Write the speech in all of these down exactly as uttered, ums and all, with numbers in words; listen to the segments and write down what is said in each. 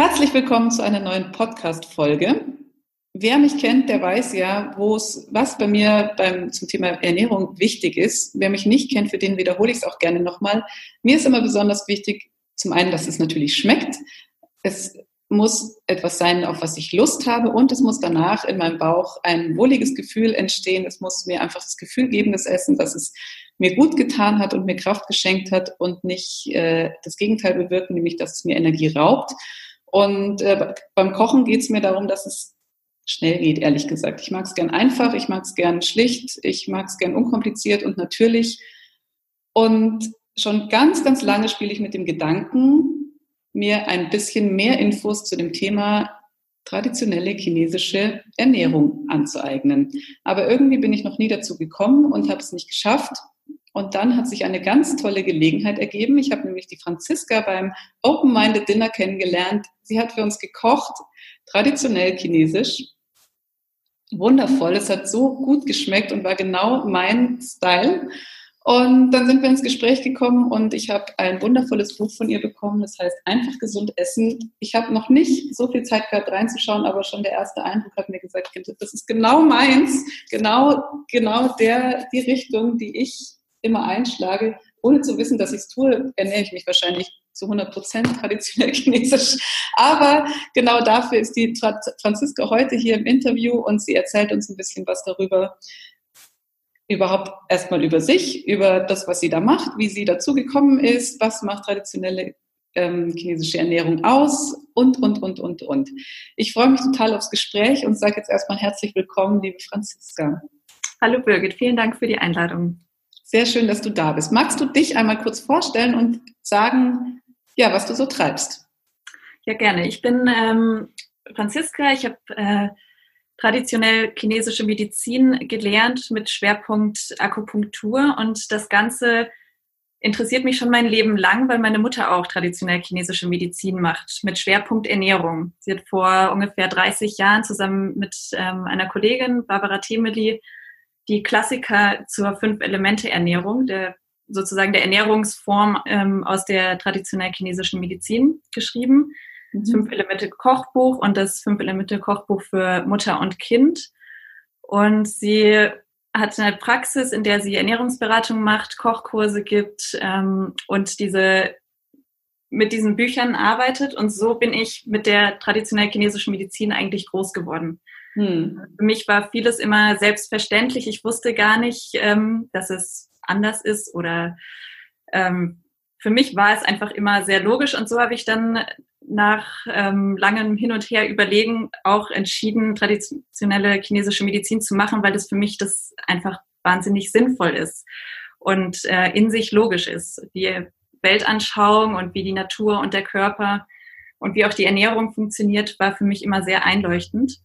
Herzlich willkommen zu einer neuen Podcast-Folge. Wer mich kennt, der weiß ja, wo es, was bei mir beim, zum Thema Ernährung wichtig ist. Wer mich nicht kennt, für den wiederhole ich es auch gerne nochmal. Mir ist immer besonders wichtig, zum einen, dass es natürlich schmeckt. Es muss etwas sein, auf was ich Lust habe, und es muss danach in meinem Bauch ein wohliges Gefühl entstehen. Es muss mir einfach das Gefühl geben, das Essen, dass es mir gut getan hat und mir Kraft geschenkt hat und nicht äh, das Gegenteil bewirken, nämlich dass es mir Energie raubt. Und äh, beim Kochen geht es mir darum, dass es schnell geht, ehrlich gesagt. Ich mag es gern einfach, ich mag es gern schlicht, ich mag es gern unkompliziert und natürlich. Und schon ganz, ganz lange spiele ich mit dem Gedanken, mir ein bisschen mehr Infos zu dem Thema traditionelle chinesische Ernährung anzueignen. Aber irgendwie bin ich noch nie dazu gekommen und habe es nicht geschafft. Und dann hat sich eine ganz tolle Gelegenheit ergeben. Ich habe nämlich die Franziska beim Open-Minded Dinner kennengelernt. Sie hat für uns gekocht, traditionell chinesisch. Wundervoll, es hat so gut geschmeckt und war genau mein Style. Und dann sind wir ins Gespräch gekommen und ich habe ein wundervolles Buch von ihr bekommen, das heißt Einfach gesund essen. Ich habe noch nicht so viel Zeit gehabt reinzuschauen, aber schon der erste Eindruck hat mir gesagt, das ist genau meins, genau, genau der, die Richtung, die ich immer einschlage. Ohne zu wissen, dass ich es tue, ernähre ich mich wahrscheinlich zu hundert Prozent traditionell chinesisch. Aber genau dafür ist die Franziska heute hier im Interview und sie erzählt uns ein bisschen was darüber, überhaupt erstmal über sich, über das, was sie da macht, wie sie dazu gekommen ist, was macht traditionelle ähm, chinesische Ernährung aus und, und, und, und, und. Ich freue mich total aufs Gespräch und sage jetzt erstmal herzlich willkommen, liebe Franziska. Hallo Birgit, vielen Dank für die Einladung. Sehr schön, dass du da bist. Magst du dich einmal kurz vorstellen und sagen, ja, was du so treibst? Ja, gerne. Ich bin ähm, Franziska. Ich habe äh, traditionell chinesische Medizin gelernt mit Schwerpunkt Akupunktur. Und das Ganze interessiert mich schon mein Leben lang, weil meine Mutter auch traditionell chinesische Medizin macht mit Schwerpunkt Ernährung. Sie hat vor ungefähr dreißig Jahren zusammen mit ähm, einer Kollegin, Barbara Temeli, die Klassiker zur Fünf-Elemente-Ernährung, der sozusagen der Ernährungsform ähm, aus der traditionell chinesischen Medizin geschrieben. Mhm. Das Fünf-Elemente-Kochbuch und das Fünf-Elemente-Kochbuch für Mutter und Kind. Und sie hat eine Praxis, in der sie Ernährungsberatung macht, Kochkurse gibt ähm, und diese mit diesen Büchern arbeitet. Und so bin ich mit der traditionell chinesischen Medizin eigentlich groß geworden. Hm. Für mich war vieles immer selbstverständlich. Ich wusste gar nicht, ähm, dass es anders ist oder ähm, für mich war es einfach immer sehr logisch und so habe ich dann nach ähm, langem Hin und Her überlegen auch entschieden, traditionelle chinesische Medizin zu machen, weil das für mich das einfach wahnsinnig sinnvoll ist und äh, in sich logisch ist. Die Weltanschauung und wie die Natur und der Körper und wie auch die Ernährung funktioniert, war für mich immer sehr einleuchtend.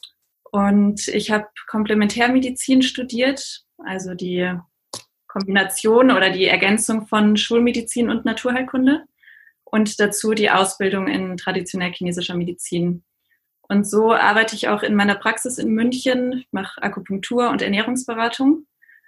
Und ich habe Komplementärmedizin studiert, also die Kombination oder die Ergänzung von Schulmedizin und Naturheilkunde und dazu die Ausbildung in traditionell chinesischer Medizin. Und so arbeite ich auch in meiner Praxis in München, ich mache Akupunktur und Ernährungsberatung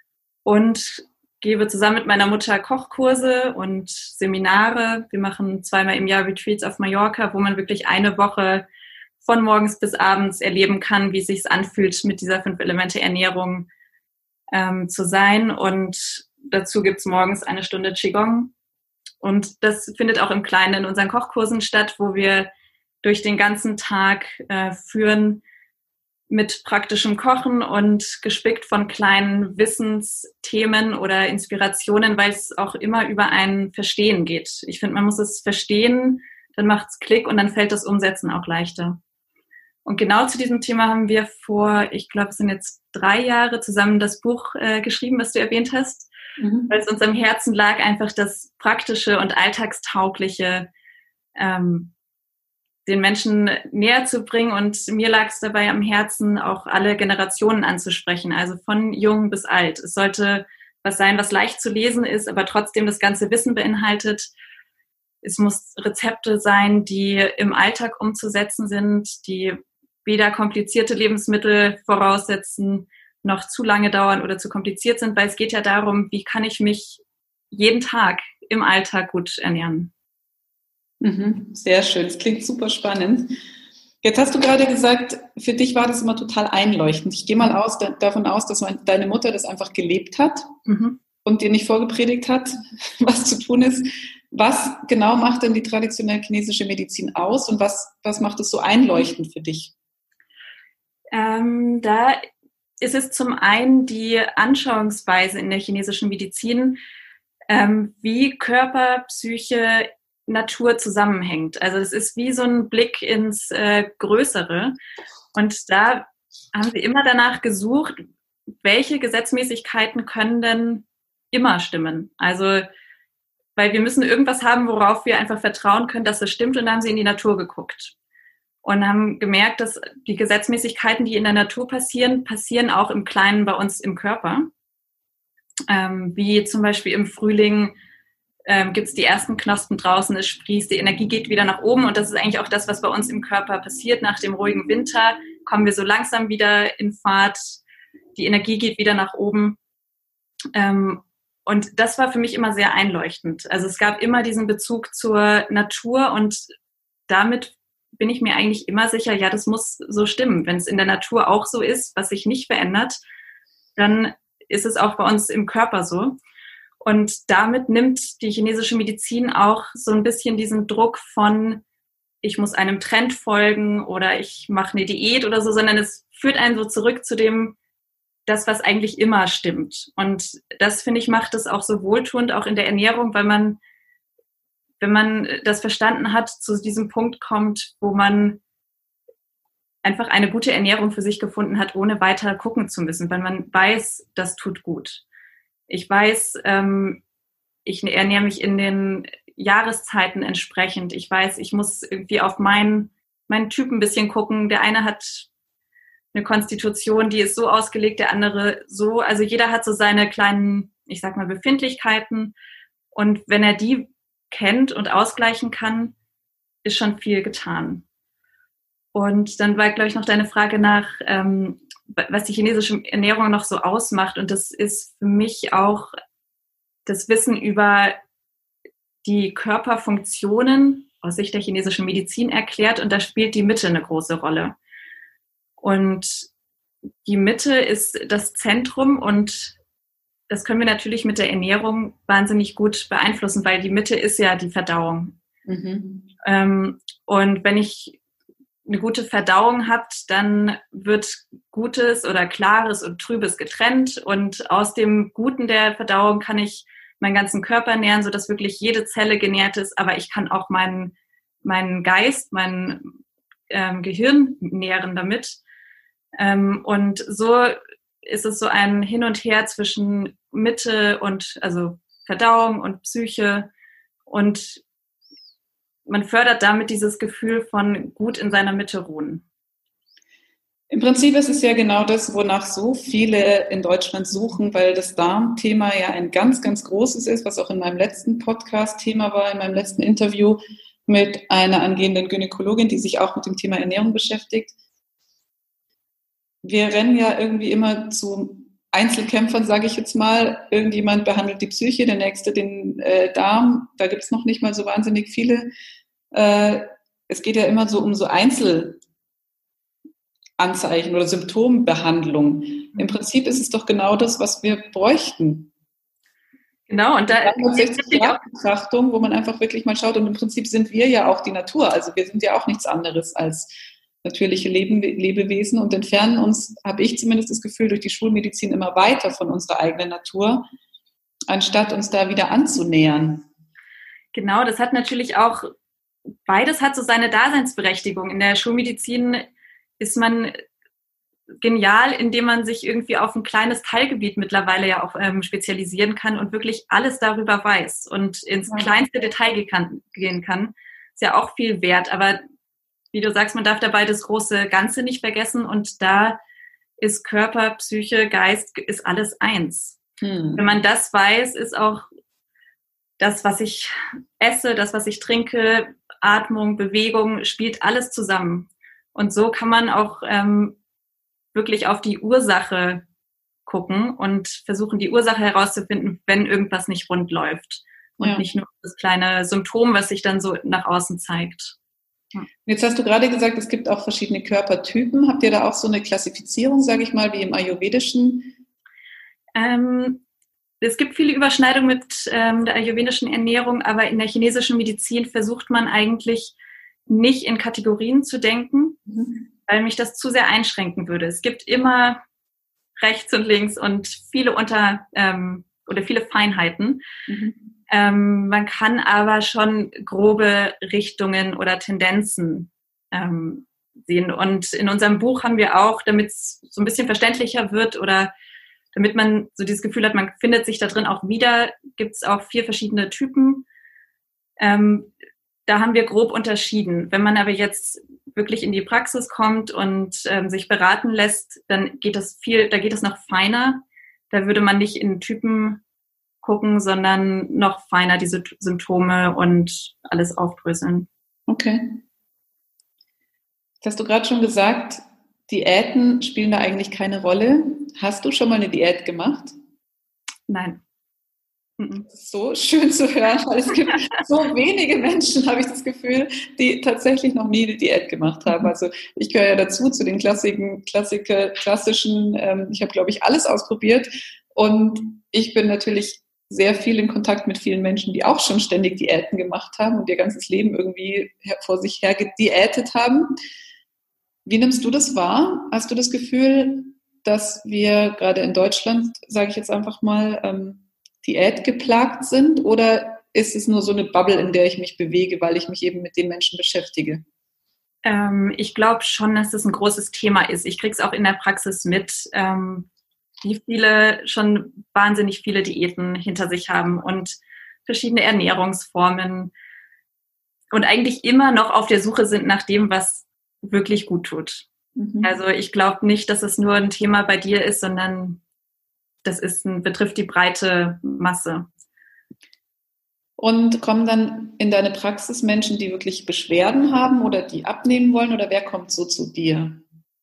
und gebe zusammen mit meiner Mutter Kochkurse und Seminare. Wir machen zweimal im Jahr Retreats auf Mallorca, wo man wirklich eine Woche von morgens bis abends erleben kann, wie es sich anfühlt, mit dieser Fünf-Elemente-Ernährung ähm, zu sein. Und dazu gibt's morgens eine Stunde Qigong. Und das findet auch im Kleinen in unseren Kochkursen statt, wo wir durch den ganzen Tag äh, führen mit praktischem Kochen und gespickt von kleinen Wissensthemen oder Inspirationen, weil es auch immer über ein Verstehen geht. Ich finde, man muss es verstehen, dann macht's Klick und dann fällt das Umsetzen auch leichter. Und genau zu diesem Thema haben wir vor, ich glaube, es sind jetzt drei Jahre zusammen das Buch äh, geschrieben, was du erwähnt hast, mhm. weil es uns am Herzen lag, einfach das Praktische und Alltagstaugliche ähm, den Menschen näher zu bringen. Und mir lag es dabei am Herzen, auch alle Generationen anzusprechen, also von jung bis alt. Es sollte was sein, was leicht zu lesen ist, aber trotzdem das ganze Wissen beinhaltet. Es muss Rezepte sein, die im Alltag umzusetzen sind, die weder komplizierte Lebensmittel voraussetzen, noch zu lange dauern oder zu kompliziert sind, weil es geht ja darum, wie kann ich mich jeden Tag im Alltag gut ernähren. Mhm, sehr schön, das klingt super spannend. Jetzt hast du gerade gesagt, für dich war das immer total einleuchtend. Ich gehe mal aus, da, davon aus, dass man, deine Mutter das einfach gelebt hat Mhm. und dir nicht vorgepredigt hat, was zu tun ist. Was genau macht denn die traditionelle chinesische Medizin aus und was, was macht es so einleuchtend für dich? Ähm, da ist es zum einen die Anschauungsweise in der chinesischen Medizin, ähm, wie Körper, Psyche, Natur zusammenhängt. Also es ist wie so ein Blick ins äh, Größere. Und da haben sie immer danach gesucht, welche Gesetzmäßigkeiten können denn immer stimmen. Also weil wir müssen irgendwas haben, worauf wir einfach vertrauen können, dass es stimmt. Und dann haben sie in die Natur geguckt und haben gemerkt, dass die Gesetzmäßigkeiten, die in der Natur passieren, passieren auch im Kleinen bei uns im Körper. Ähm, wie zum Beispiel im Frühling ähm, gibt es die ersten Knospen draußen, es sprießt, die Energie geht wieder nach oben und das ist eigentlich auch das, was bei uns im Körper passiert. Nach dem ruhigen Winter kommen wir so langsam wieder in Fahrt, die Energie geht wieder nach oben. Ähm, und das war für mich immer sehr einleuchtend. Also es gab immer diesen Bezug zur Natur und damit bin ich mir eigentlich immer sicher, ja, das muss so stimmen. Wenn es in der Natur auch so ist, was sich nicht verändert, dann ist es auch bei uns im Körper so. Und damit nimmt die chinesische Medizin auch so ein bisschen diesen Druck von, ich muss einem Trend folgen oder ich mache eine Diät oder so, sondern es führt einen so zurück zu dem, das, was eigentlich immer stimmt. Und das, finde ich, macht es auch so wohltuend, auch in der Ernährung, weil man, wenn man das verstanden hat, zu diesem Punkt kommt, wo man einfach eine gute Ernährung für sich gefunden hat, ohne weiter gucken zu müssen, weil man weiß, das tut gut. Ich weiß, ähm, ich ernähre mich in den Jahreszeiten entsprechend. Ich weiß, ich muss irgendwie auf meinen, meinen Typ ein bisschen gucken. Der eine hat eine Konstitution, die ist so ausgelegt, der andere so. Also jeder hat so seine kleinen, ich sag mal, Befindlichkeiten. Und wenn er die kennt und ausgleichen kann, ist schon viel getan. Und dann war, glaube ich, noch deine Frage nach, ähm, was die chinesische Ernährung noch so ausmacht. Und das ist für mich auch das Wissen über die Körperfunktionen aus Sicht der chinesischen Medizin erklärt. Und da spielt die Mitte eine große Rolle. Und die Mitte ist das Zentrum und das können wir natürlich mit der Ernährung wahnsinnig gut beeinflussen, weil die Mitte ist ja die Verdauung. Mhm. Ähm, und wenn ich eine gute Verdauung habt, dann wird Gutes oder Klares und Trübes getrennt und aus dem Guten der Verdauung kann ich meinen ganzen Körper nähren, sodass wirklich jede Zelle genährt ist, aber ich kann auch meinen, meinen Geist, mein ähm, Gehirn nähren damit. Ähm, und so ist es so ein Hin und Her zwischen Mitte und, also Verdauung und Psyche und man fördert damit dieses Gefühl von gut in seiner Mitte ruhen. Im Prinzip ist es ja genau das, wonach so viele in Deutschland suchen, weil das Darmthema ja ein ganz, ganz großes ist, was auch in meinem letzten Podcast Thema war, in meinem letzten Interview mit einer angehenden Gynäkologin, die sich auch mit dem Thema Ernährung beschäftigt. Wir rennen ja irgendwie immer zu Einzelkämpfern, sage ich jetzt mal. Irgendjemand behandelt die Psyche, der nächste den äh, Darm. Da gibt es noch nicht mal so wahnsinnig viele. Äh, es geht ja immer so um so Einzelanzeichen oder Symptombehandlung. Im Prinzip ist es doch genau das, was wir bräuchten. Genau, und da Betrachtung, wo man einfach wirklich mal schaut. Und im Prinzip sind wir ja auch die Natur. Also wir sind ja auch nichts anderes als natürliche Leben, Lebewesen und entfernen uns, habe ich zumindest das Gefühl, durch die Schulmedizin immer weiter von unserer eigenen Natur, anstatt uns da wieder anzunähern. Genau, das hat natürlich auch, beides hat so seine Daseinsberechtigung. In der Schulmedizin ist man genial, indem man sich irgendwie auf ein kleines Teilgebiet mittlerweile ja auch ähm, spezialisieren kann und wirklich alles darüber weiß und ins ja. kleinste Detail gehen kann. Ist ja auch viel wert, aber wie du sagst, man darf dabei das große Ganze nicht vergessen und da ist Körper, Psyche, Geist, ist alles eins. Hm. Wenn man das weiß, ist auch das, was ich esse, das, was ich trinke, Atmung, Bewegung, spielt alles zusammen. Und so kann man auch ähm, wirklich auf die Ursache gucken und versuchen, die Ursache herauszufinden, wenn irgendwas nicht rund läuft. und Ja. nicht nur das kleine Symptom, was sich dann so nach außen zeigt. Jetzt hast du gerade gesagt, es gibt auch verschiedene Körpertypen. Habt ihr da auch so eine Klassifizierung, sage ich mal, wie im Ayurvedischen? Ähm, es gibt viele Überschneidungen mit ähm, der ayurvedischen Ernährung, aber in der chinesischen Medizin versucht man eigentlich nicht in Kategorien zu denken, mhm. weil mich das zu sehr einschränken würde. Es gibt immer rechts und links und viele unter ähm, oder viele Feinheiten. Mhm. Ähm, man kann aber schon grobe Richtungen oder Tendenzen ähm, sehen. Und in unserem Buch haben wir auch, damit es so ein bisschen verständlicher wird oder damit man so dieses Gefühl hat, man findet sich da drin auch wieder, gibt es auch vier verschiedene Typen. Ähm, da haben wir grob unterschieden. Wenn man aber jetzt wirklich in die Praxis kommt und ähm, sich beraten lässt, dann geht das viel, da geht es noch feiner. Da würde man nicht in Typen gucken, sondern noch feiner diese Symptome und alles aufdröseln. Okay. Jetzt hast du gerade schon gesagt, Diäten spielen da eigentlich keine Rolle. Hast du schon mal eine Diät gemacht? Nein. So schön zu hören, weil es gibt so wenige Menschen, habe ich das Gefühl, die tatsächlich noch nie eine Diät gemacht haben. Also ich gehöre ja dazu, zu den Klassiken, Klassiker, klassischen, ähm, ich habe, glaube ich, alles ausprobiert und ich bin natürlich sehr viel in Kontakt mit vielen Menschen, die auch schon ständig Diäten gemacht haben und ihr ganzes Leben irgendwie vor sich her gediätet haben. Wie nimmst du das wahr? Hast du das Gefühl, dass wir gerade in Deutschland, sage ich jetzt einfach mal, ähm, Diät geplagt sind oder ist es nur so eine Bubble, in der ich mich bewege, weil ich mich eben mit den Menschen beschäftige? Ähm, ich glaube schon, dass das ein großes Thema ist. Ich kriege es auch in der Praxis mit, ähm, wie viele schon wahnsinnig viele Diäten hinter sich haben und verschiedene Ernährungsformen und eigentlich immer noch auf der Suche sind nach dem, was wirklich gut tut. Mhm. Also ich glaube nicht, dass es nur ein Thema bei dir ist, sondern das ist ein, betrifft die breite Masse. Und kommen dann in deine Praxis Menschen, die wirklich Beschwerden haben oder die abnehmen wollen oder wer kommt so zu dir?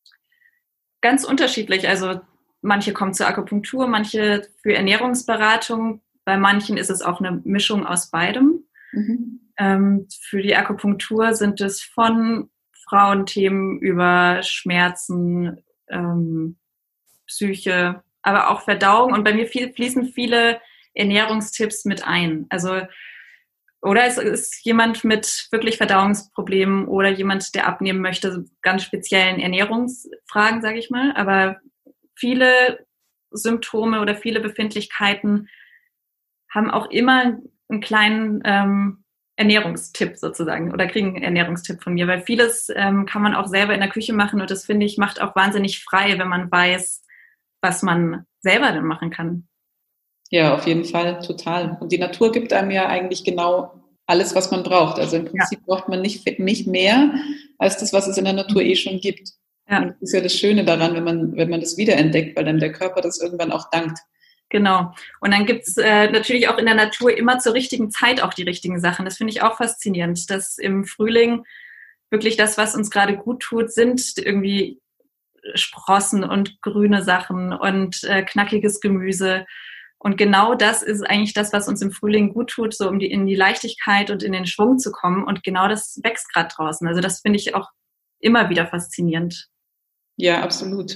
Ganz unterschiedlich. Also manche kommen zur Akupunktur, manche für Ernährungsberatung. Bei manchen ist es auch eine Mischung aus beidem. Mhm. Ähm, für die Akupunktur sind es von Frauenthemen über Schmerzen, ähm, Psyche, aber auch Verdauung und bei mir viel, fließen viele Ernährungstipps mit ein. Also oder es ist jemand mit wirklich Verdauungsproblemen oder jemand, der abnehmen möchte, ganz speziellen Ernährungsfragen, sage ich mal. Aber viele Symptome oder viele Befindlichkeiten haben auch immer einen kleinen ähm, Ernährungstipp sozusagen oder kriegen einen Ernährungstipp von mir, weil vieles ähm, kann man auch selber in der Küche machen und das, finde ich, macht auch wahnsinnig frei, wenn man weiß, was man selber dann machen kann. Ja, auf jeden Fall, total. Und die Natur gibt einem ja eigentlich genau alles, was man braucht. Also im Prinzip ja. braucht man nicht, nicht mehr als das, was es in der Natur eh schon gibt. Ja. Und das ist ja das Schöne daran, wenn man, wenn man das wiederentdeckt, weil dann der Körper das irgendwann auch dankt. Genau. Und dann gibt's äh, natürlich auch in der Natur immer zur richtigen Zeit auch die richtigen Sachen. Das finde ich auch faszinierend, dass im Frühling wirklich das, was uns gerade gut tut, sind irgendwie Sprossen und grüne Sachen und äh, knackiges Gemüse. Und genau das ist eigentlich das, was uns im Frühling gut tut, so um die, in die Leichtigkeit und in den Schwung zu kommen. Und genau das wächst gerade draußen. Also das finde ich auch immer wieder faszinierend. Ja, absolut.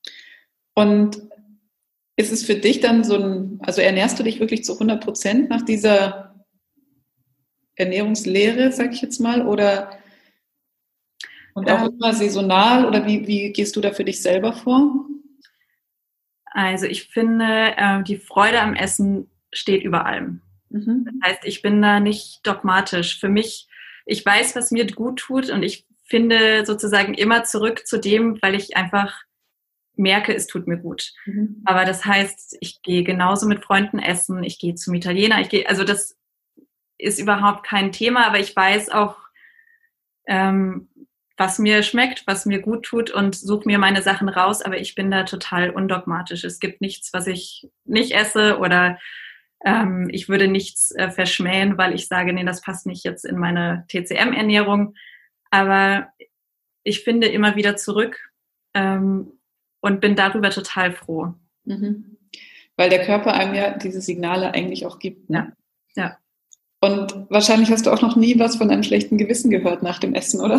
Und ist es für dich dann so ein, also ernährst du dich wirklich zu hundert Prozent nach dieser Ernährungslehre, sag ich jetzt mal, oder und auch ähm, immer saisonal oder wie, wie gehst du da für dich selber vor? Also ich finde, äh, die Freude am Essen steht über allem. Mhm. Das heißt, ich bin da nicht dogmatisch. Für mich, ich weiß, was mir gut tut und ich finde sozusagen immer zurück zu dem, weil ich einfach merke, es tut mir gut. Mhm. Aber das heißt, ich gehe genauso mit Freunden essen, ich gehe zum Italiener, ich gehe, also das ist überhaupt kein Thema, aber ich weiß auch, ähm, was mir schmeckt, was mir gut tut und suche mir meine Sachen raus, aber ich bin da total undogmatisch. Es gibt nichts, was ich nicht esse oder ähm, ich würde nichts äh, verschmähen, weil ich sage, nee, das passt nicht jetzt in meine T C M-Ernährung. Aber ich finde immer wieder zurück ähm, und bin darüber total froh. Mhm. Weil der Körper einem ja diese Signale eigentlich auch gibt. Ne? Ja. Ja. Und wahrscheinlich hast du auch noch nie was von einem schlechten Gewissen gehört nach dem Essen, oder?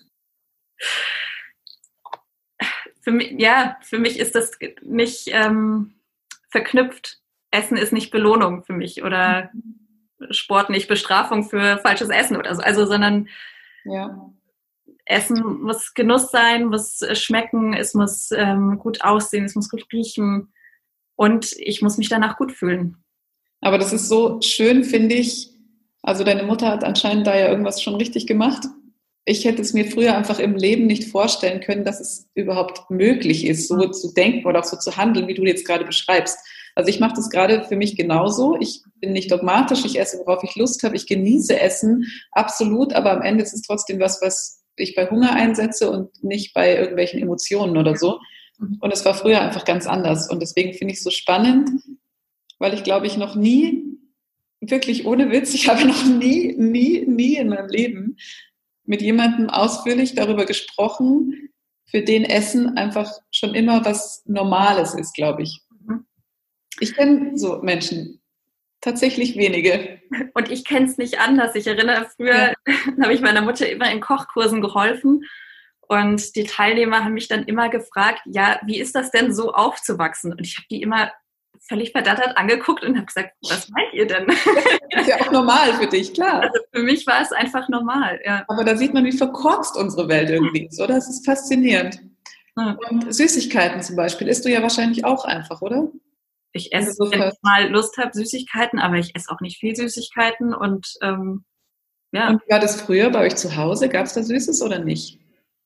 Für mich, ja, für mich ist das nicht ähm, verknüpft. Essen ist nicht Belohnung für mich oder Sport nicht Bestrafung für falsches Essen oder so. Also, sondern ja. Essen muss Genuss sein, muss schmecken, es muss ähm, gut aussehen, es muss gut riechen und ich muss mich danach gut fühlen. Aber das ist so schön, finde ich. Also deine Mutter hat anscheinend da ja irgendwas schon richtig gemacht. Ich hätte es mir früher einfach im Leben nicht vorstellen können, dass es überhaupt möglich ist, so zu denken oder auch so zu handeln, wie du jetzt gerade beschreibst. Also ich mache das gerade für mich genauso. Ich bin nicht dogmatisch, ich esse, worauf ich Lust habe. Ich genieße Essen, absolut, aber am Ende ist es trotzdem was, was ich bei Hunger einsetze und nicht bei irgendwelchen Emotionen oder so. Und es war früher einfach ganz anders. Und deswegen finde ich es so spannend, weil ich glaube, ich noch nie, wirklich ohne Witz, ich habe noch nie, nie, nie in meinem Leben mit jemandem ausführlich darüber gesprochen, für den Essen einfach schon immer was Normales ist, glaube ich. Ich kenne so Menschen, tatsächlich wenige. Und ich kenne es nicht anders. Ich erinnere, früher ja. habe ich meiner Mutter immer in Kochkursen geholfen und die Teilnehmer haben mich dann immer gefragt, ja, wie ist das denn so aufzuwachsen? Und ich habe die immer völlig verdattert angeguckt und habe gesagt, was meint ihr denn? Das ist ja auch normal für dich, klar. Also für mich war es einfach normal, ja. Aber da sieht man, wie verkorkst unsere Welt irgendwie ist, oder? Das ist faszinierend. Ja. Und Süßigkeiten zum Beispiel isst du ja wahrscheinlich auch einfach, oder? Ich esse, so wenn ich mal Lust habe, Süßigkeiten, aber ich esse auch nicht viel Süßigkeiten und ähm, ja. Und wie war das früher bei euch zu Hause? Gab es da Süßes oder nicht?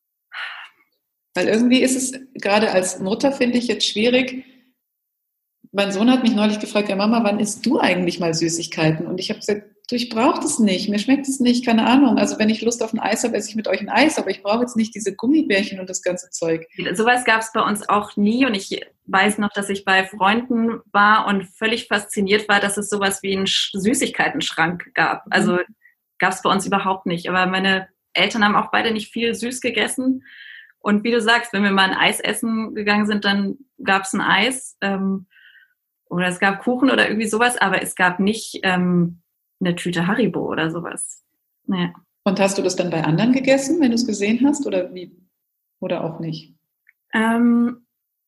Weil irgendwie ist es gerade als Mutter, finde ich, jetzt schwierig. Mein Sohn hat mich neulich gefragt, ja Mama, wann isst du eigentlich mal Süßigkeiten? Und ich habe gesagt, du, ich brauche das nicht, mir schmeckt es nicht, keine Ahnung. Also wenn ich Lust auf ein Eis habe, esse ich mit euch ein Eis, aber ich brauche jetzt nicht diese Gummibärchen und das ganze Zeug. Sowas gab es bei uns auch nie und ich weiß noch, dass ich bei Freunden war und völlig fasziniert war, dass es sowas wie einen Süßigkeitenschrank gab. Also gab es bei uns überhaupt nicht. Aber meine Eltern haben auch beide nicht viel süß gegessen. Und wie du sagst, wenn wir mal ein Eis essen gegangen sind, dann gab es ein Eis. Ähm, Oder es gab Kuchen oder irgendwie sowas, aber es gab nicht ähm, eine Tüte Haribo oder sowas. Nee. Und hast du das dann bei anderen gegessen, wenn du es gesehen hast, oder wie? Oder auch nicht? Ähm,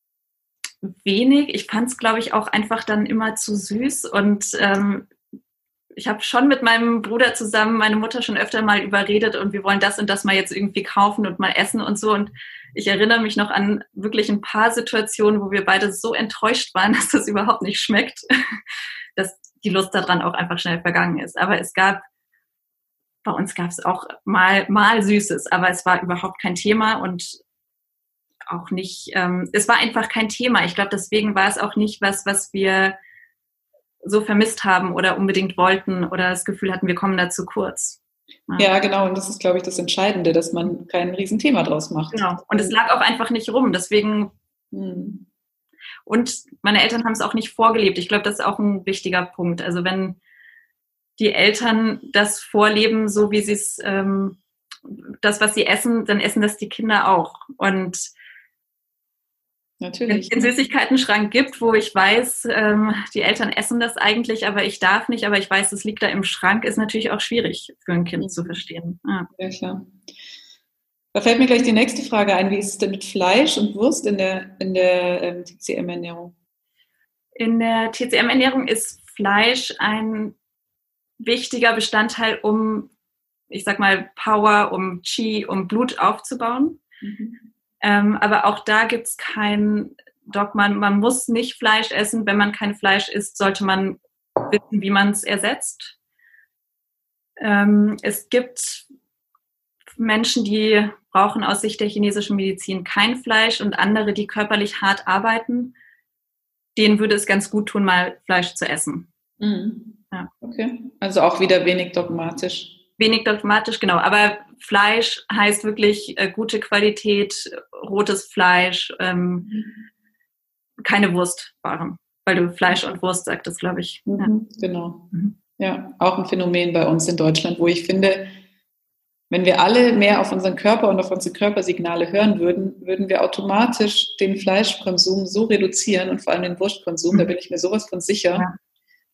wenig. Ich fand es, glaube ich, auch einfach dann immer zu süß. Und ähm, ich habe schon mit meinem Bruder zusammen meine Mutter schon öfter mal überredet und wir wollen das und das mal jetzt irgendwie kaufen und mal essen und so. Und ich erinnere mich noch an wirklich ein paar Situationen, wo wir beide so enttäuscht waren, dass das überhaupt nicht schmeckt, dass die Lust daran auch einfach schnell vergangen ist. Aber es gab, bei uns gab es auch mal, mal Süßes, aber es war überhaupt kein Thema und auch nicht, ähm, es war einfach kein Thema. Ich glaube, deswegen war es auch nicht was, was wir so vermisst haben oder unbedingt wollten oder das Gefühl hatten, wir kommen da zu kurz. Ja. ja, genau. Und das ist, glaube ich, das Entscheidende, dass man kein Riesenthema draus macht. Genau. Und es lag auch einfach nicht rum. Deswegen. Hm. Und meine Eltern haben es auch nicht vorgelebt. Ich glaube, das ist auch ein wichtiger Punkt. Also wenn die Eltern das vorleben, so wie sie es, ähm, das, was sie essen, dann essen das die Kinder auch. Und natürlich. Wenn es den Süßigkeiten-Schrank gibt, wo ich weiß, ähm, die Eltern essen das eigentlich, aber ich darf nicht, aber ich weiß, es liegt da im Schrank, ist natürlich auch schwierig für ein Kind zu verstehen. Ja, ja klar. Da fällt mir gleich die nächste Frage ein. Wie ist es denn mit Fleisch und Wurst in der, in der ähm, T C M-Ernährung? In der T C M-Ernährung ist Fleisch ein wichtiger Bestandteil, um, ich sag mal, Power, um Qi, um Blut aufzubauen. Mhm. Ähm, aber auch da gibt es kein Dogma. Man muss nicht Fleisch essen. Wenn man kein Fleisch isst, sollte man wissen, wie man es ersetzt. Ähm, es gibt Menschen, die brauchen aus Sicht der chinesischen Medizin kein Fleisch und andere, die körperlich hart arbeiten. Denen würde es ganz gut tun, mal Fleisch zu essen. Mhm. Ja. Okay, also auch wieder wenig dogmatisch. Wenig dogmatisch, genau. Aber Fleisch heißt wirklich äh, gute Qualität, rotes Fleisch, ähm, mhm. keine Wurstwaren. Weil du Fleisch und Wurst sagtest, glaube ich. Mhm, ja. Genau. Mhm. Ja, auch ein Phänomen bei uns in Deutschland, wo ich finde, wenn wir alle mehr auf unseren Körper und auf unsere Körpersignale hören würden, würden wir automatisch den Fleischkonsum so reduzieren und vor allem den Wurstkonsum, mhm. da bin ich mir sowas von sicher. Ja.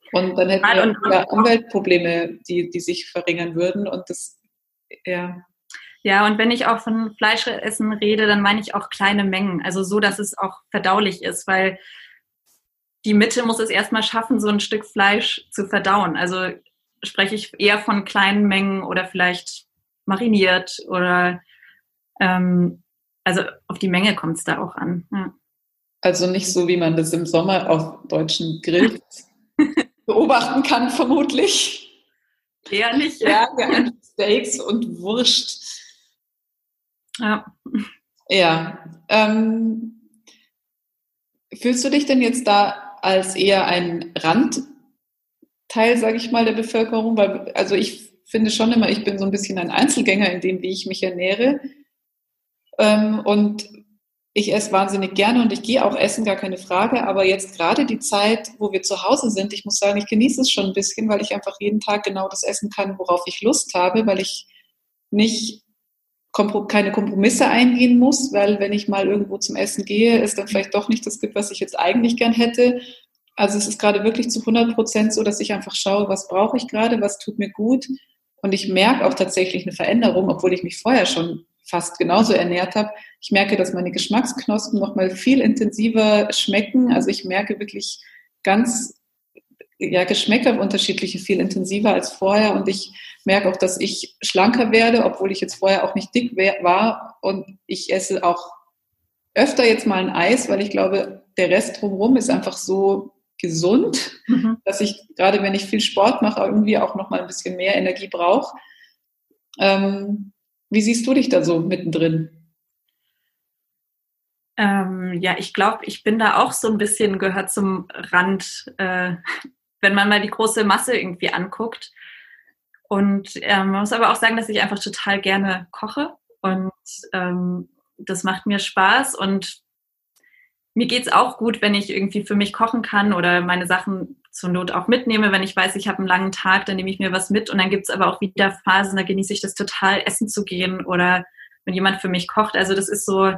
Und dann hätten wir ja Umweltprobleme, die, die sich verringern würden. Und das, ja. Ja, und wenn ich auch von Fleischessen rede, dann meine ich auch kleine Mengen. Also so, dass es auch verdaulich ist, weil die Mitte muss es erstmal schaffen, so ein Stück Fleisch zu verdauen. Also spreche ich eher von kleinen Mengen oder vielleicht mariniert oder ähm, also auf die Menge kommt es da auch an. Ja. Also nicht so, wie man das im Sommer auf deutschen Grills beobachten kann, vermutlich. Eher nicht. Ja, ja, Steaks und Wurst. Ja. Ja. Ähm, fühlst du dich denn jetzt da als eher ein Randteil, sage ich mal, der Bevölkerung? Weil, also ich finde schon immer, ich bin so ein bisschen ein Einzelgänger in dem, wie ich mich ernähre. Ähm, und ich esse wahnsinnig gerne und ich gehe auch essen, gar keine Frage. Aber jetzt gerade die Zeit, wo wir zu Hause sind, ich muss sagen, ich genieße es schon ein bisschen, weil ich einfach jeden Tag genau das essen kann, worauf ich Lust habe, weil ich nicht keine Kompromisse eingehen muss, weil wenn ich mal irgendwo zum Essen gehe, es dann vielleicht doch nicht das gibt, was ich jetzt eigentlich gern hätte. Also es ist gerade wirklich zu hundert Prozent so, dass ich einfach schaue, was brauche ich gerade, was tut mir gut. Und ich merke auch tatsächlich eine Veränderung, obwohl ich mich vorher schon fast genauso ernährt habe. Ich merke, dass meine Geschmacksknospen noch mal viel intensiver schmecken. Also ich merke wirklich ganz, ja, Geschmäcker unterschiedliche viel intensiver als vorher. Und ich merke auch, dass ich schlanker werde, obwohl ich jetzt vorher auch nicht dick war. Und ich esse auch öfter jetzt mal ein Eis, weil ich glaube, der Rest drumherum ist einfach so gesund, mhm. dass ich, gerade wenn ich viel Sport mache, irgendwie auch noch mal ein bisschen mehr Energie brauche. Ähm, wie siehst du dich da so mittendrin? Ähm, ja, ich glaube, ich bin da auch so ein bisschen, gehört zum Rand, äh, wenn man mal die große Masse irgendwie anguckt. Und ähm, man muss aber auch sagen, dass ich einfach total gerne koche und ähm, das macht mir Spaß und mir geht's auch gut, wenn ich irgendwie für mich kochen kann oder meine Sachen zur Not auch mitnehme. Wenn ich weiß, ich habe einen langen Tag, dann nehme ich mir was mit und dann gibt's aber auch wieder Phasen, da genieße ich das total, essen zu gehen oder wenn jemand für mich kocht. Also das ist so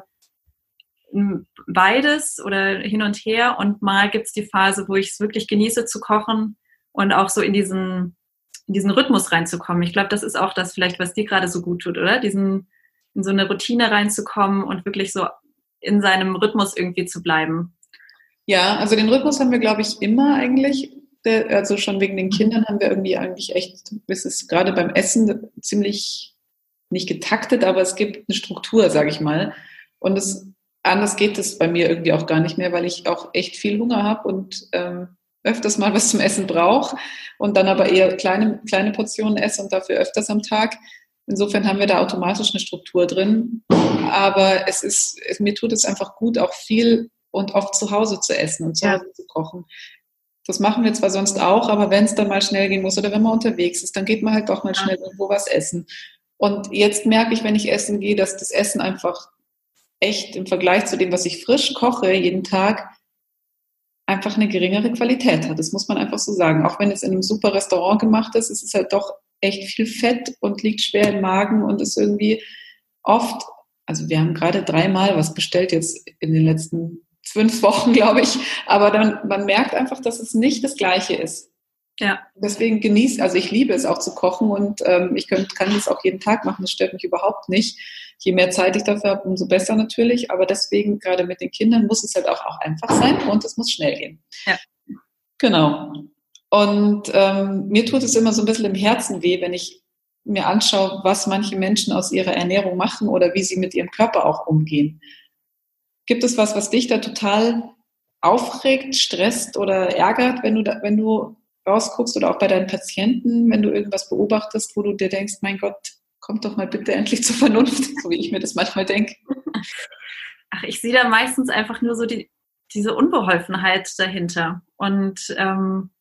beides oder hin und her und mal gibt's die Phase, wo ich es wirklich genieße zu kochen und auch so in diesen, in diesen Rhythmus reinzukommen. Ich glaube, das ist auch das vielleicht, was dir gerade so gut tut, oder? Diesen, in so eine Routine reinzukommen und wirklich so in seinem Rhythmus irgendwie zu bleiben. Ja, also den Rhythmus haben wir, glaube ich, immer eigentlich. Also schon wegen den Kindern haben wir irgendwie eigentlich echt, es ist gerade beim Essen ziemlich nicht getaktet, aber es gibt eine Struktur, sage ich mal. Und es, anders geht es bei mir irgendwie auch gar nicht mehr, weil ich auch echt viel Hunger habe und ähm, öfters mal was zum Essen brauche und dann aber eher kleine, kleine Portionen esse und dafür öfters am Tag. Insofern haben wir da automatisch eine Struktur drin. Aber es ist, es, mir tut es einfach gut, auch viel und oft zu Hause zu essen und zu Hause ja. zu kochen. Das machen wir zwar sonst auch, aber wenn es dann mal schnell gehen muss oder wenn man unterwegs ist, dann geht man halt doch mal schnell irgendwo was essen. Und jetzt merke ich, wenn ich essen gehe, dass das Essen einfach echt im Vergleich zu dem, was ich frisch koche, jeden Tag, einfach eine geringere Qualität hat. Das muss man einfach so sagen. Auch wenn es in einem super Restaurant gemacht ist, ist es halt doch echt viel Fett und liegt schwer im Magen und ist irgendwie oft, also wir haben gerade dreimal was bestellt jetzt in den letzten fünf Wochen, glaube ich, aber dann, man merkt einfach, dass es nicht das Gleiche ist. Ja. Deswegen genieße, also ich liebe es auch zu kochen und ähm, ich könnt, kann das auch jeden Tag machen, das stört mich überhaupt nicht. Je mehr Zeit ich dafür habe, umso besser natürlich, aber deswegen, gerade mit den Kindern, muss es halt auch, auch einfach sein und es muss schnell gehen. Ja. Genau. Und ähm, mir tut es immer so ein bisschen im Herzen weh, wenn ich mir anschaue, was manche Menschen aus ihrer Ernährung machen oder wie sie mit ihrem Körper auch umgehen. Gibt es was, was dich da total aufregt, stresst oder ärgert, wenn du da, wenn du rausguckst oder auch bei deinen Patienten, wenn du irgendwas beobachtest, wo du dir denkst, mein Gott, kommt doch mal bitte endlich zur Vernunft, so wie ich mir das manchmal denke. Ach, ich sehe da meistens einfach nur so die, diese Unbeholfenheit dahinter und ähm,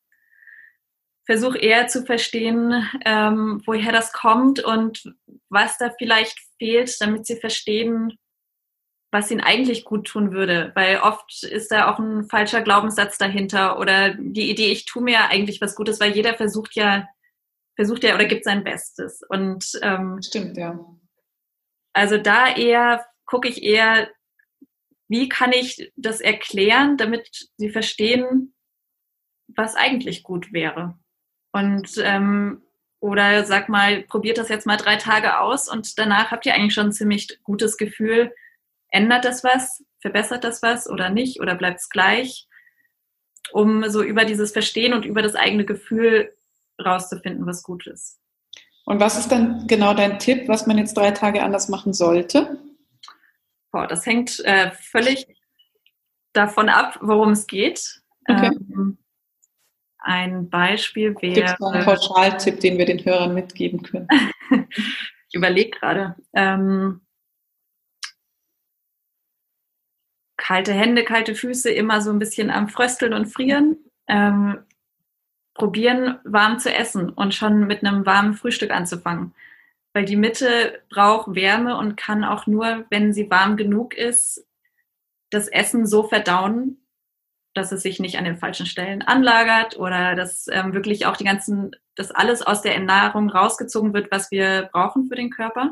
versuche eher zu verstehen, ähm, woher das kommt und was da vielleicht fehlt, damit sie verstehen, was ihnen eigentlich gut tun würde. Weil oft ist da auch ein falscher Glaubenssatz dahinter oder die Idee, ich tue mir ja eigentlich was Gutes, weil jeder versucht ja, versucht ja oder gibt sein Bestes. Und ähm, stimmt, ja. Also da eher gucke ich eher, wie kann ich das erklären, damit sie verstehen, was eigentlich gut wäre. Und ähm, oder sag mal, probiert das jetzt mal drei Tage aus und danach habt ihr eigentlich schon ein ziemlich gutes Gefühl. Ändert das was? Verbessert das was oder nicht? Oder bleibt es gleich? Um so über dieses Verstehen und über das eigene Gefühl rauszufinden, was gut ist. Und was ist dann genau dein Tipp, was man jetzt drei Tage anders machen sollte? Boah, das hängt äh, völlig davon ab, worum es geht. Okay. Ähm, ein Beispiel wäre... Gibt es einen Pauschaltipp, den wir den Hörern mitgeben können? Ich überlege gerade. Ähm, kalte Hände, kalte Füße, immer so ein bisschen am Frösteln und Frieren. Ähm, probieren, warm zu essen und schon mit einem warmen Frühstück anzufangen. Weil die Mitte braucht Wärme und kann auch nur, wenn sie warm genug ist, das Essen so verdauen, dass es sich nicht an den falschen Stellen anlagert oder dass ähm, wirklich auch die ganzen, dass alles aus der Nahrung rausgezogen wird, was wir brauchen für den Körper.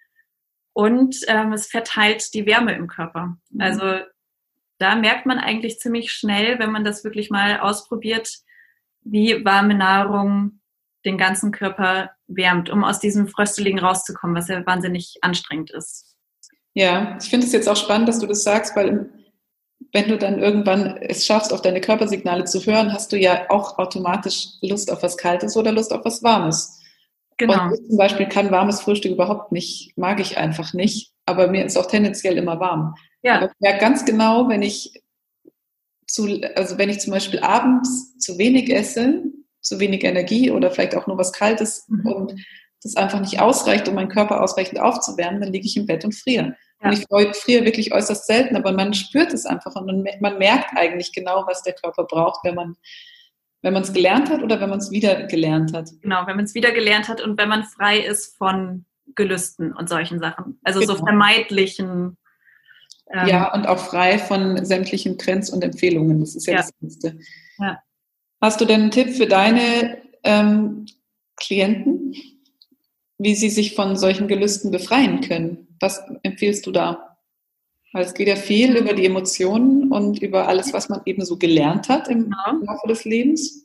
Und ähm, es verteilt die Wärme im Körper. Mhm. Also da merkt man eigentlich ziemlich schnell, wenn man das wirklich mal ausprobiert, wie warme Nahrung den ganzen Körper wärmt, um aus diesem Frösteligen rauszukommen, was ja wahnsinnig anstrengend ist. Ja, ich finde es jetzt auch spannend, dass du das sagst, weil wenn du dann irgendwann es schaffst, auf deine Körpersignale zu hören, hast du ja auch automatisch Lust auf was Kaltes oder Lust auf was Warmes. Genau. Und ich zum Beispiel kann warmes Frühstück überhaupt nicht, mag ich einfach nicht, aber mir ist auch tendenziell immer warm. Ja. Aber ich merke ganz genau, wenn ich zu, also wenn ich zum Beispiel abends zu wenig esse, zu wenig Energie oder vielleicht auch nur was Kaltes mhm. und das einfach nicht ausreicht, um meinen Körper ausreichend aufzuwärmen, dann liege ich im Bett und friere. Ja. Und ich friere wirklich äußerst selten, aber man spürt es einfach und man merkt eigentlich genau, was der Körper braucht, wenn man wenn man es gelernt hat oder wenn man es wieder gelernt hat. Genau, wenn man es wieder gelernt hat und wenn man frei ist von Gelüsten und solchen Sachen. Also genau. so vermeidlichen. Ähm, ja, und auch frei von sämtlichen Trends und Empfehlungen. Das ist ja, ja. das Letzte. Ja. Hast du denn einen Tipp für deine ähm, Klienten, wie sie sich von solchen Gelüsten befreien können? Was empfiehlst du da? Weil es geht ja viel über die Emotionen und über alles, was man eben so gelernt hat im genau. Laufe des Lebens.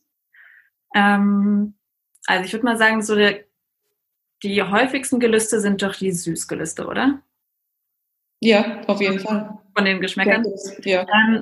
Ähm, also ich würde mal sagen, so der, die häufigsten Gelüste sind doch die Süßgelüste, oder? Ja, auf jeden Fall. Von den Geschmäckern. Ja. Ähm,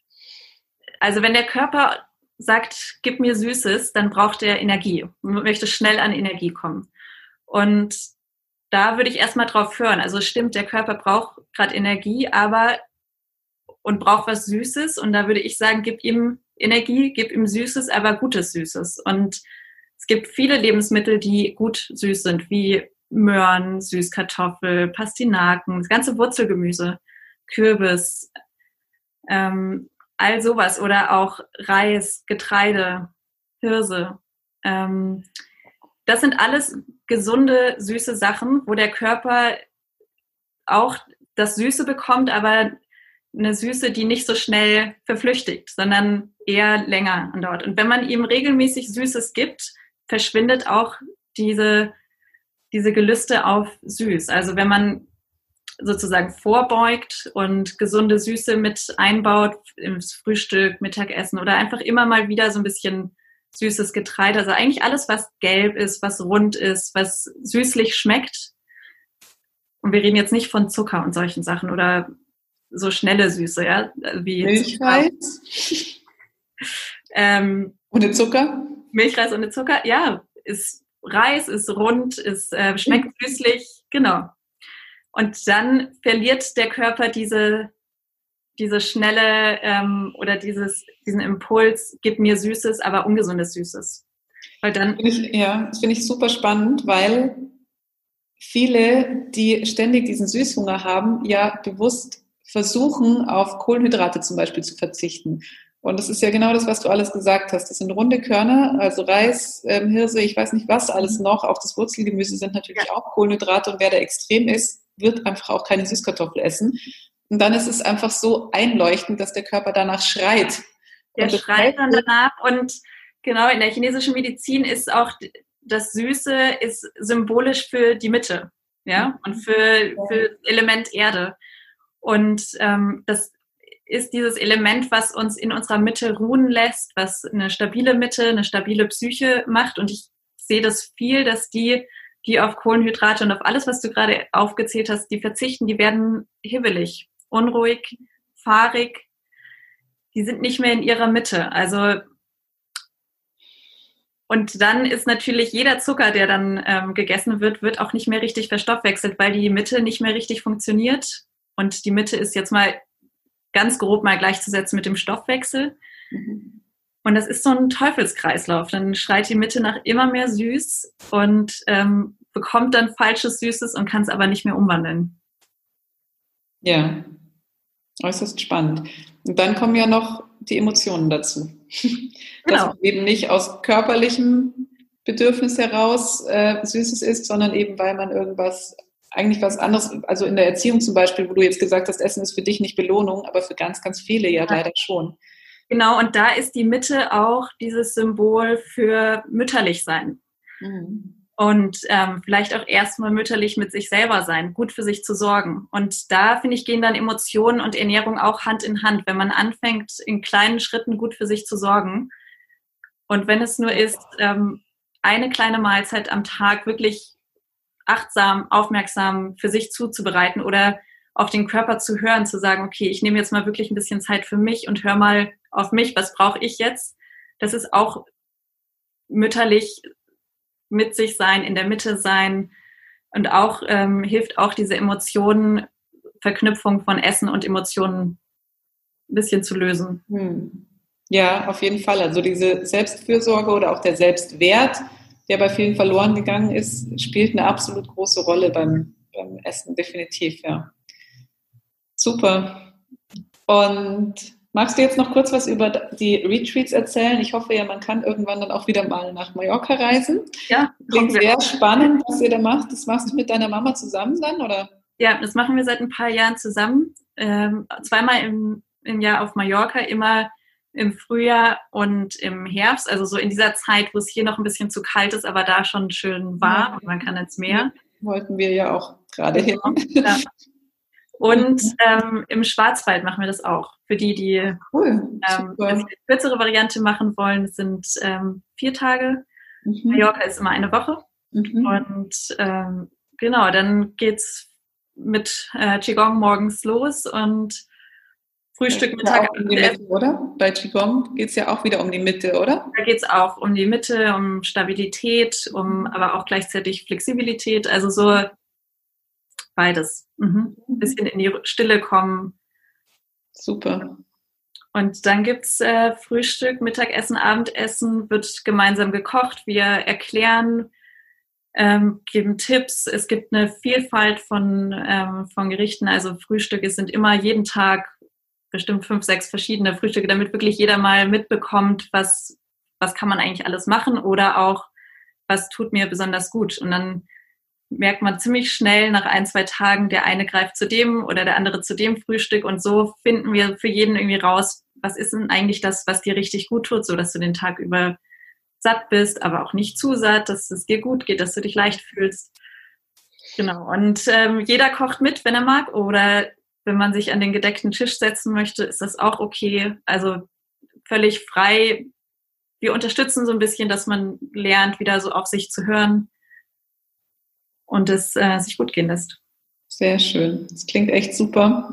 also wenn der Körper sagt, gib mir Süßes, dann braucht er Energie und möchte schnell an Energie kommen. Und da würde ich erstmal drauf hören. Also stimmt, der Körper braucht gerade Energie, aber und braucht was Süßes. Und da würde ich sagen, gib ihm Energie, gib ihm Süßes, aber gutes Süßes. Und es gibt viele Lebensmittel, die gut süß sind, wie Möhren, Süßkartoffel, Pastinaken, das ganze Wurzelgemüse, Kürbis, ähm, all sowas. Oder auch Reis, Getreide, Hirse. Ähm, das sind alles gesunde, süße Sachen, wo der Körper auch das Süße bekommt, aber eine Süße, die nicht so schnell verflüchtigt, sondern eher länger andauert. Und wenn man ihm regelmäßig Süßes gibt, verschwindet auch diese, diese Gelüste auf süß. Also wenn man sozusagen vorbeugt und gesunde Süße mit einbaut ins Frühstück, Mittagessen oder einfach immer mal wieder so ein bisschen süßes Getreide, also eigentlich alles, was gelb ist, was rund ist, was süßlich schmeckt. Und wir reden jetzt nicht von Zucker und solchen Sachen oder so schnelle Süße, ja, wie Milchreis. ähm, ohne Zucker? Milchreis ohne Zucker, ja, ist Reis, ist rund, ist äh, schmeckt mhm. süßlich, genau. Und dann verliert der Körper diese diese schnelle ähm, oder dieses, diesen Impuls, gib mir Süßes, aber ungesundes Süßes. Weil dann find ich, ja, das finde ich super spannend, weil viele, die ständig diesen Süßhunger haben, ja bewusst versuchen, auf Kohlenhydrate zum Beispiel zu verzichten. Und das ist ja genau das, was du alles gesagt hast. Das sind runde Körner, also Reis, ähm, Hirse, ich weiß nicht was, alles noch. Auch das Wurzelgemüse sind natürlich ja. auch Kohlenhydrate. Und wer da extrem ist, wird einfach auch keine Süßkartoffel essen. Und dann ist es einfach so einleuchtend, dass der Körper danach schreit. Der schreit dann danach. Und genau, in der chinesischen Medizin ist auch das Süße ist symbolisch für die Mitte, ja, und für, für Element Erde. Und ähm, das ist dieses Element, was uns in unserer Mitte ruhen lässt, was eine stabile Mitte, eine stabile Psyche macht. Und ich sehe das viel, dass die, die auf Kohlenhydrate und auf alles, was du gerade aufgezählt hast, die verzichten, die werden hibbelig, unruhig, fahrig. Die sind nicht mehr in ihrer Mitte. Also, und dann ist natürlich jeder Zucker, der dann ähm, gegessen wird, wird auch nicht mehr richtig verstoffwechselt, weil die Mitte nicht mehr richtig funktioniert. Und die Mitte ist jetzt mal ganz grob mal gleichzusetzen mit dem Stoffwechsel. Mhm. Und das ist so ein Teufelskreislauf. Dann schreit die Mitte nach immer mehr süß und ähm, bekommt dann falsches Süßes und kann es aber nicht mehr umwandeln. Ja, äußerst spannend. Und dann kommen ja noch die Emotionen dazu. Dass man eben nicht aus körperlichem Bedürfnis heraus äh, Süßes isst, sondern eben, weil man irgendwas eigentlich was anderes, also in der Erziehung zum Beispiel, wo du jetzt gesagt hast, Essen ist für dich nicht Belohnung, aber für ganz, ganz viele ja leider schon. Genau, und da ist die Mitte auch dieses Symbol für mütterlich sein. Mhm. Und ähm, vielleicht auch erstmal mütterlich mit sich selber sein, gut für sich zu sorgen. Und da, finde ich, gehen dann Emotionen und Ernährung auch Hand in Hand, wenn man anfängt, in kleinen Schritten gut für sich zu sorgen. Und wenn es nur ist, ähm, eine kleine Mahlzeit am Tag wirklich achtsam, aufmerksam für sich zuzubereiten oder auf den Körper zu hören, zu sagen, okay, ich nehme jetzt mal wirklich ein bisschen Zeit für mich und höre mal auf mich, was brauche ich jetzt? Das ist auch mütterlich mit sich sein, in der Mitte sein und auch ähm, hilft auch diese Emotionen, Verknüpfung von Essen und Emotionen ein bisschen zu lösen. Hm. Ja, auf jeden Fall. Also diese Selbstfürsorge oder auch der Selbstwert, der bei vielen verloren gegangen ist, spielt eine absolut große Rolle beim, beim Essen, definitiv, ja. Super. Und magst du jetzt noch kurz was über die Retreats erzählen? Ich hoffe ja, man kann irgendwann dann auch wieder mal nach Mallorca reisen. Ja. Klingt sehr spannend, was ihr da macht. Das machst du mit deiner Mama zusammen dann, oder? Ja, das machen wir seit ein paar Jahren zusammen. Ähm, zweimal im, im Jahr auf Mallorca, immer im Frühjahr und im Herbst, also so in dieser Zeit, wo es hier noch ein bisschen zu kalt ist, aber da schon schön warm und man kann ins Meer. Wollten wir ja auch gerade hin. Ja. Und ähm, im Schwarzwald machen wir das auch. Für die, die cool, ähm, eine kürzere Variante machen wollen, sind ähm, vier Tage. Mhm. Mallorca ist immer eine Woche. Mhm. Und ähm, genau, dann geht's mit äh, Qigong morgens los und Frühstück, Mittag. Ja, um die Mitte, oder? Bei Qigong geht es ja auch wieder um die Mitte, oder? Da geht es auch um die Mitte, um Stabilität, um aber auch gleichzeitig Flexibilität. Also so beides. Mhm. Ein bisschen in die Stille kommen. Super. Und dann gibt es äh, Frühstück, Mittagessen, Abendessen, wird gemeinsam gekocht. Wir erklären, ähm, geben Tipps. Es gibt eine Vielfalt von, ähm, von Gerichten. Also Frühstücke sind immer jeden Tag bestimmt fünf, sechs verschiedene Frühstücke, damit wirklich jeder mal mitbekommt, was, was kann man eigentlich alles machen oder auch, was tut mir besonders gut. Und dann merkt man ziemlich schnell nach ein, zwei Tagen, der eine greift zu dem oder der andere zu dem Frühstück und so finden wir für jeden irgendwie raus, was ist denn eigentlich das, was dir richtig gut tut, so dass du den Tag über satt bist, aber auch nicht zu satt, dass es dir gut geht, dass du dich leicht fühlst. Genau. Und ähm, jeder kocht mit, wenn er mag, oder wenn man sich an den gedeckten Tisch setzen möchte, ist das auch okay. Also völlig frei. Wir unterstützen so ein bisschen, dass man lernt, wieder so auf sich zu hören und es äh, sich gut gehen lässt. Sehr schön. Das klingt echt super.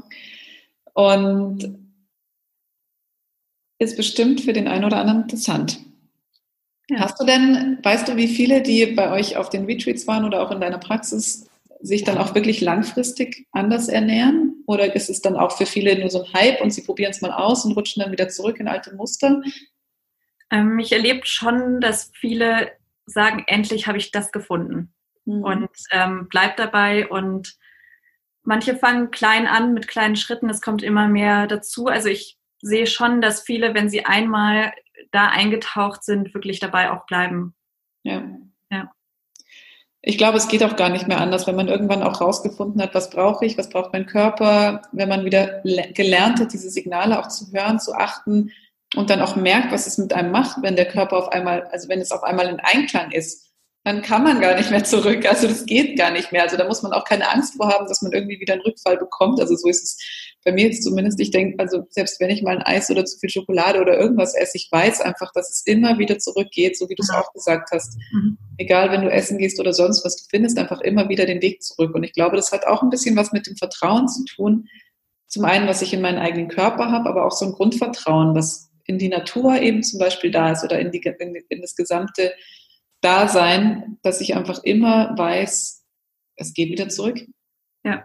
Und ist bestimmt für den einen oder anderen interessant. Ja. Hast du denn, weißt du, wie viele, die bei euch auf den Retreats waren oder auch in deiner Praxis, sich dann auch wirklich langfristig anders ernähren? Oder ist es dann auch für viele nur so ein Hype und sie probieren es mal aus und rutschen dann wieder zurück in alte Muster? Ähm, ich erlebe schon, dass viele sagen, endlich habe ich das gefunden. Mhm. Und ähm, bleib dabei. Und manche fangen klein an mit kleinen Schritten. Es kommt immer mehr dazu. Also ich sehe schon, dass viele, wenn sie einmal da eingetaucht sind, wirklich dabei auch bleiben. Ja. Ja. Ich glaube, es geht auch gar nicht mehr anders, wenn man irgendwann auch rausgefunden hat, was brauche ich, was braucht mein Körper, wenn man wieder gelernt hat, diese Signale auch zu hören, zu achten und dann auch merkt, was es mit einem macht, wenn der Körper auf einmal, also wenn es auf einmal in Einklang ist, dann kann man gar nicht mehr zurück. Also das geht gar nicht mehr. Also da muss man auch keine Angst vor haben, dass man irgendwie wieder einen Rückfall bekommt. Also so ist es bei mir jetzt zumindest, ich denke, also selbst wenn ich mal ein Eis oder zu viel Schokolade oder irgendwas esse, ich weiß einfach, dass es immer wieder zurückgeht, so wie du es auch gesagt hast. Mhm. Egal, wenn du essen gehst oder sonst was, du findest einfach immer wieder den Weg zurück. Und ich glaube, das hat auch ein bisschen was mit dem Vertrauen zu tun. Zum einen, was ich in meinen eigenen Körper habe, aber auch so ein Grundvertrauen, was in die Natur eben zum Beispiel da ist oder in, die, in, in das gesamte Dasein, dass ich einfach immer weiß, es geht wieder zurück. Ja.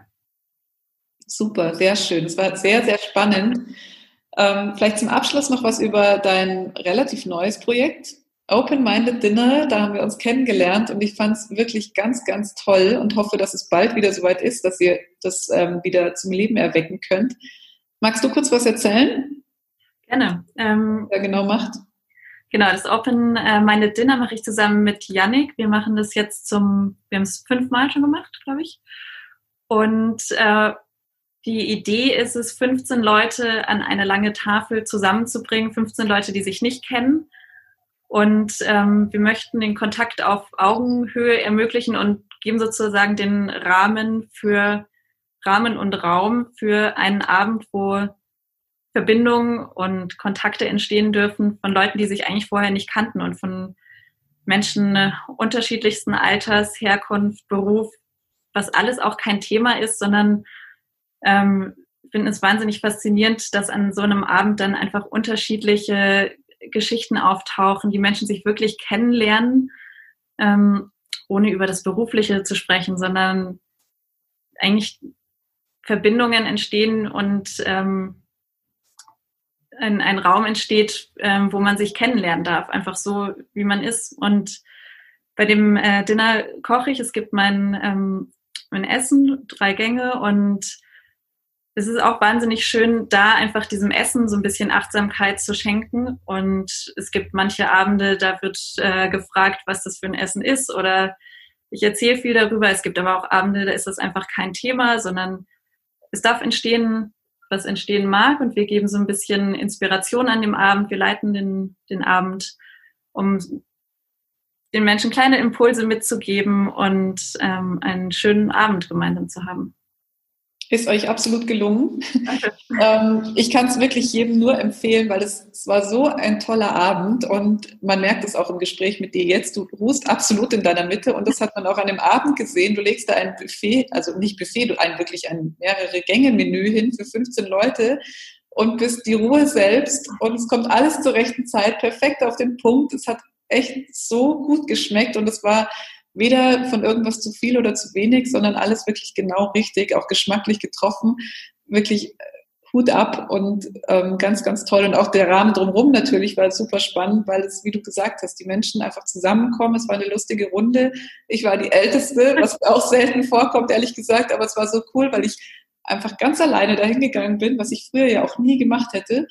Super, sehr schön. Es war sehr, sehr spannend. Ähm, vielleicht zum Abschluss noch was über dein relativ neues Projekt, Open-Minded Dinner. Da haben wir uns kennengelernt und ich fand es wirklich ganz, ganz toll und hoffe, dass es bald wieder soweit ist, dass ihr das ähm, wieder zum Leben erwecken könnt. Magst du kurz was erzählen? Gerne. Ähm, was er genau macht? Genau, das Open-Minded Dinner mache ich zusammen mit Yannick. Wir machen das jetzt zum, wir haben es fünfmal schon gemacht, glaube ich. Und äh, die Idee ist es, fünfzehn Leute an eine lange Tafel zusammenzubringen, fünfzehn Leute, die sich nicht kennen. Und ähm, wir möchten den Kontakt auf Augenhöhe ermöglichen und geben sozusagen den Rahmen für Rahmen und Raum für einen Abend, wo Verbindungen und Kontakte entstehen dürfen von Leuten, die sich eigentlich vorher nicht kannten und von Menschen unterschiedlichsten Alters, Herkunft, Beruf, was alles auch kein Thema ist, sondern ähm, ich finde es wahnsinnig faszinierend, dass an so einem Abend dann einfach unterschiedliche Geschichten auftauchen, die Menschen sich wirklich kennenlernen, ähm, ohne über das Berufliche zu sprechen, sondern eigentlich Verbindungen entstehen und ähm, ein, ein Raum entsteht, ähm, wo man sich kennenlernen darf, einfach so, wie man ist. Und bei dem äh, Dinner koche ich, es gibt mein, ähm, mein Essen, drei Gänge, und es ist auch wahnsinnig schön, da einfach diesem Essen so ein bisschen Achtsamkeit zu schenken. Und es gibt manche Abende, da wird äh, gefragt, was das für ein Essen ist, oder ich erzähle viel darüber. Es gibt aber auch Abende, da ist das einfach kein Thema, sondern es darf entstehen, was entstehen mag, und wir geben so ein bisschen Inspiration an dem Abend. Wir leiten den, den Abend, um den Menschen kleine Impulse mitzugeben und ähm, einen schönen Abend gemeinsam zu haben. Ist euch absolut gelungen. ähm, ich kann es wirklich jedem nur empfehlen, weil es, es war so ein toller Abend und man merkt es auch im Gespräch mit dir jetzt. Du ruhst absolut in deiner Mitte und das hat man auch an dem Abend gesehen. Du legst da ein Buffet, also nicht Buffet, du ein wirklich ein mehrere Gänge-Menü hin für fünfzehn Leute und bist die Ruhe selbst und es kommt alles zur rechten Zeit, perfekt auf den Punkt. Es hat echt so gut geschmeckt und es war weder von irgendwas zu viel oder zu wenig, sondern alles wirklich genau richtig, auch geschmacklich getroffen. Wirklich Hut ab und ähm, ganz, ganz toll. Und auch der Rahmen drumherum natürlich war super spannend, weil es, wie du gesagt hast, die Menschen einfach zusammenkommen. Es war eine lustige Runde. Ich war die Älteste, was auch selten vorkommt, ehrlich gesagt, aber es war so cool, weil ich einfach ganz alleine dahin gegangen bin, was ich früher ja auch nie gemacht hätte.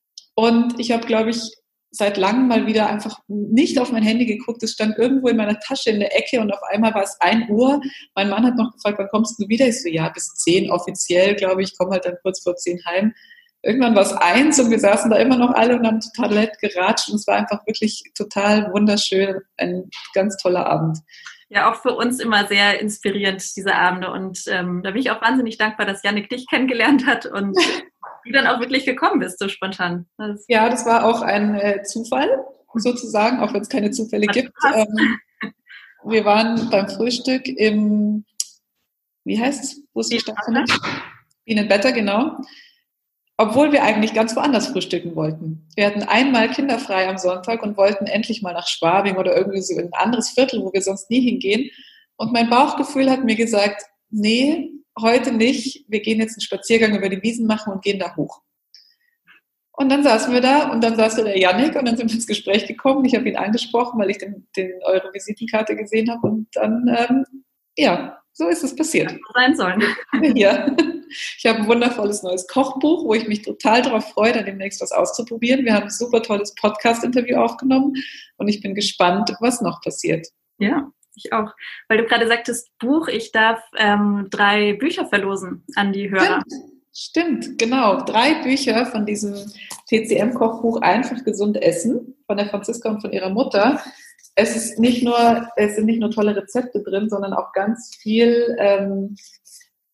Und ich habe, glaube ich, seit langem mal wieder einfach nicht auf mein Handy geguckt. Es stand irgendwo in meiner Tasche in der Ecke und auf einmal war es ein Uhr. Mein Mann hat noch gefragt, wann kommst du wieder? Ich so, ja, bis zehn offiziell, glaube ich, komme halt dann kurz vor zehn heim. Irgendwann war es eins und wir saßen da immer noch alle und haben total nett geratscht und es war einfach wirklich total wunderschön. Ein ganz toller Abend. Ja, auch für uns immer sehr inspirierend, diese Abende. Und ähm, da bin ich auch wahnsinnig dankbar, dass Yannick dich kennengelernt hat und du dann auch wirklich gekommen bist, so spontan. Das ja, das war auch ein äh, Zufall, sozusagen, auch wenn es keine Zufälle gibt. Ähm, wir waren beim Frühstück im, wie heißt es, wo es stattfindet? Bienenwetter, genau. Obwohl wir eigentlich ganz woanders frühstücken wollten. Wir hatten einmal kinderfrei am Sonntag und wollten endlich mal nach Schwabing oder irgendwie so in ein anderes Viertel, wo wir sonst nie hingehen. Und mein Bauchgefühl hat mir gesagt, nee, heute nicht, wir gehen jetzt einen Spaziergang über die Wiesen machen und gehen da hoch. Und dann saßen wir da und dann saß da der Yannick und dann sind wir ins Gespräch gekommen. Ich habe ihn angesprochen, weil ich den, den, eure Visitenkarte gesehen habe und dann, ähm, ja, so ist es passiert. Sein sollen. Ja. Ich habe ein wundervolles neues Kochbuch, wo ich mich total darauf freue, dann demnächst was auszuprobieren. Wir haben ein super tolles Podcast-Interview aufgenommen und ich bin gespannt, was noch passiert. Ja. Ich auch. Weil du gerade sagtest, Buch, ich darf ähm, drei Bücher verlosen an die Hörer. Stimmt, stimmt, genau. Drei Bücher von diesem T C M-Kochbuch Einfach gesund essen von der Franziska und von ihrer Mutter. Es ist nicht nur, es sind nicht nur tolle Rezepte drin, sondern auch ganz viel ähm,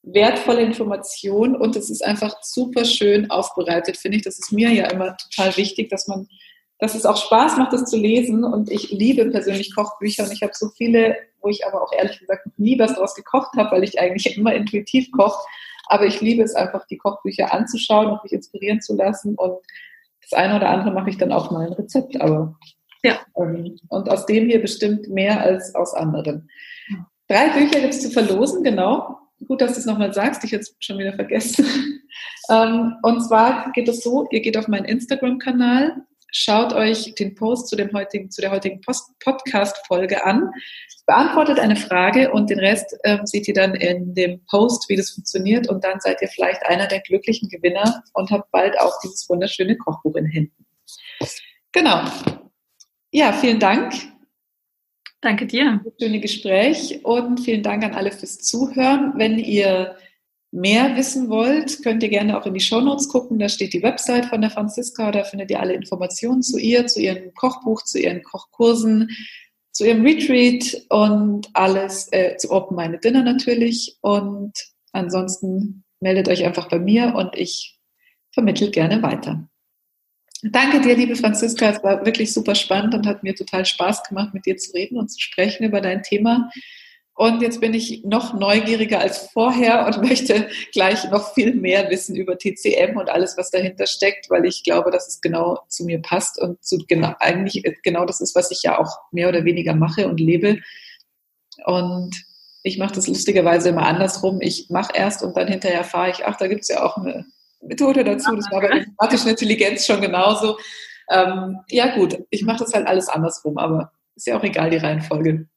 wertvolle Information und es ist einfach super schön aufbereitet, finde ich. Das ist mir ja immer total wichtig, dass man, dass es auch Spaß macht, das zu lesen und ich liebe persönlich Kochbücher und ich habe so viele, wo ich aber auch ehrlich gesagt noch nie was draus gekocht habe, weil ich eigentlich immer intuitiv koche, aber ich liebe es einfach, die Kochbücher anzuschauen und mich inspirieren zu lassen und das eine oder andere mache ich dann auch mal ein Rezept, aber ja, und aus dem hier bestimmt mehr als aus anderen. Drei Bücher gibt es zu verlosen, genau. Gut, dass du es nochmal sagst, ich hätte es schon wieder vergessen. Und zwar geht es so, ihr geht auf meinen Instagram-Kanal, schaut euch den Post zu, dem heutigen, zu der heutigen Podcast-Folge an, beantwortet eine Frage und den Rest äh, seht ihr dann in dem Post, wie das funktioniert und dann seid ihr vielleicht einer der glücklichen Gewinner und habt bald auch dieses wunderschöne Kochbuch in Händen. Genau. Ja, vielen Dank. Danke dir. Das schöne Gespräch und vielen Dank an alle fürs Zuhören. Wenn ihr mehr wissen wollt, könnt ihr gerne auch in die Shownotes gucken. Da steht die Website von der Franziska. Da findet ihr alle Informationen zu ihr, zu ihrem Kochbuch, zu ihren Kochkursen, zu ihrem Retreat und alles, äh, zu Open Minded Dinner natürlich. Und ansonsten meldet euch einfach bei mir und ich vermittle gerne weiter. Danke dir, liebe Franziska. Es war wirklich super spannend und hat mir total Spaß gemacht, mit dir zu reden und zu sprechen über dein Thema. Und jetzt bin ich noch neugieriger als vorher und möchte gleich noch viel mehr wissen über T C M und alles, was dahinter steckt, weil ich glaube, dass es genau zu mir passt und zu genau, eigentlich genau das ist, was ich ja auch mehr oder weniger mache und lebe. Und ich mache das lustigerweise immer andersrum. Ich mache erst und dann hinterher erfahre ich, ach, da gibt es ja auch eine Methode dazu. Das war bei der sympathischen Intelligenz schon genauso. Ähm, ja gut, ich mache das halt alles andersrum, aber ist ja auch egal, die Reihenfolge.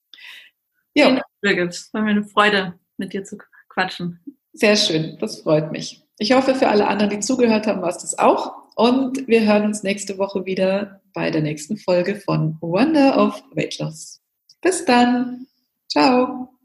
Ja, es war mir eine Freude, mit dir zu quatschen. Sehr schön, das freut mich. Ich hoffe, für alle anderen, die zugehört haben, war es das auch. Und wir hören uns nächste Woche wieder bei der nächsten Folge von Wonder of Weight Loss. Bis dann. Ciao.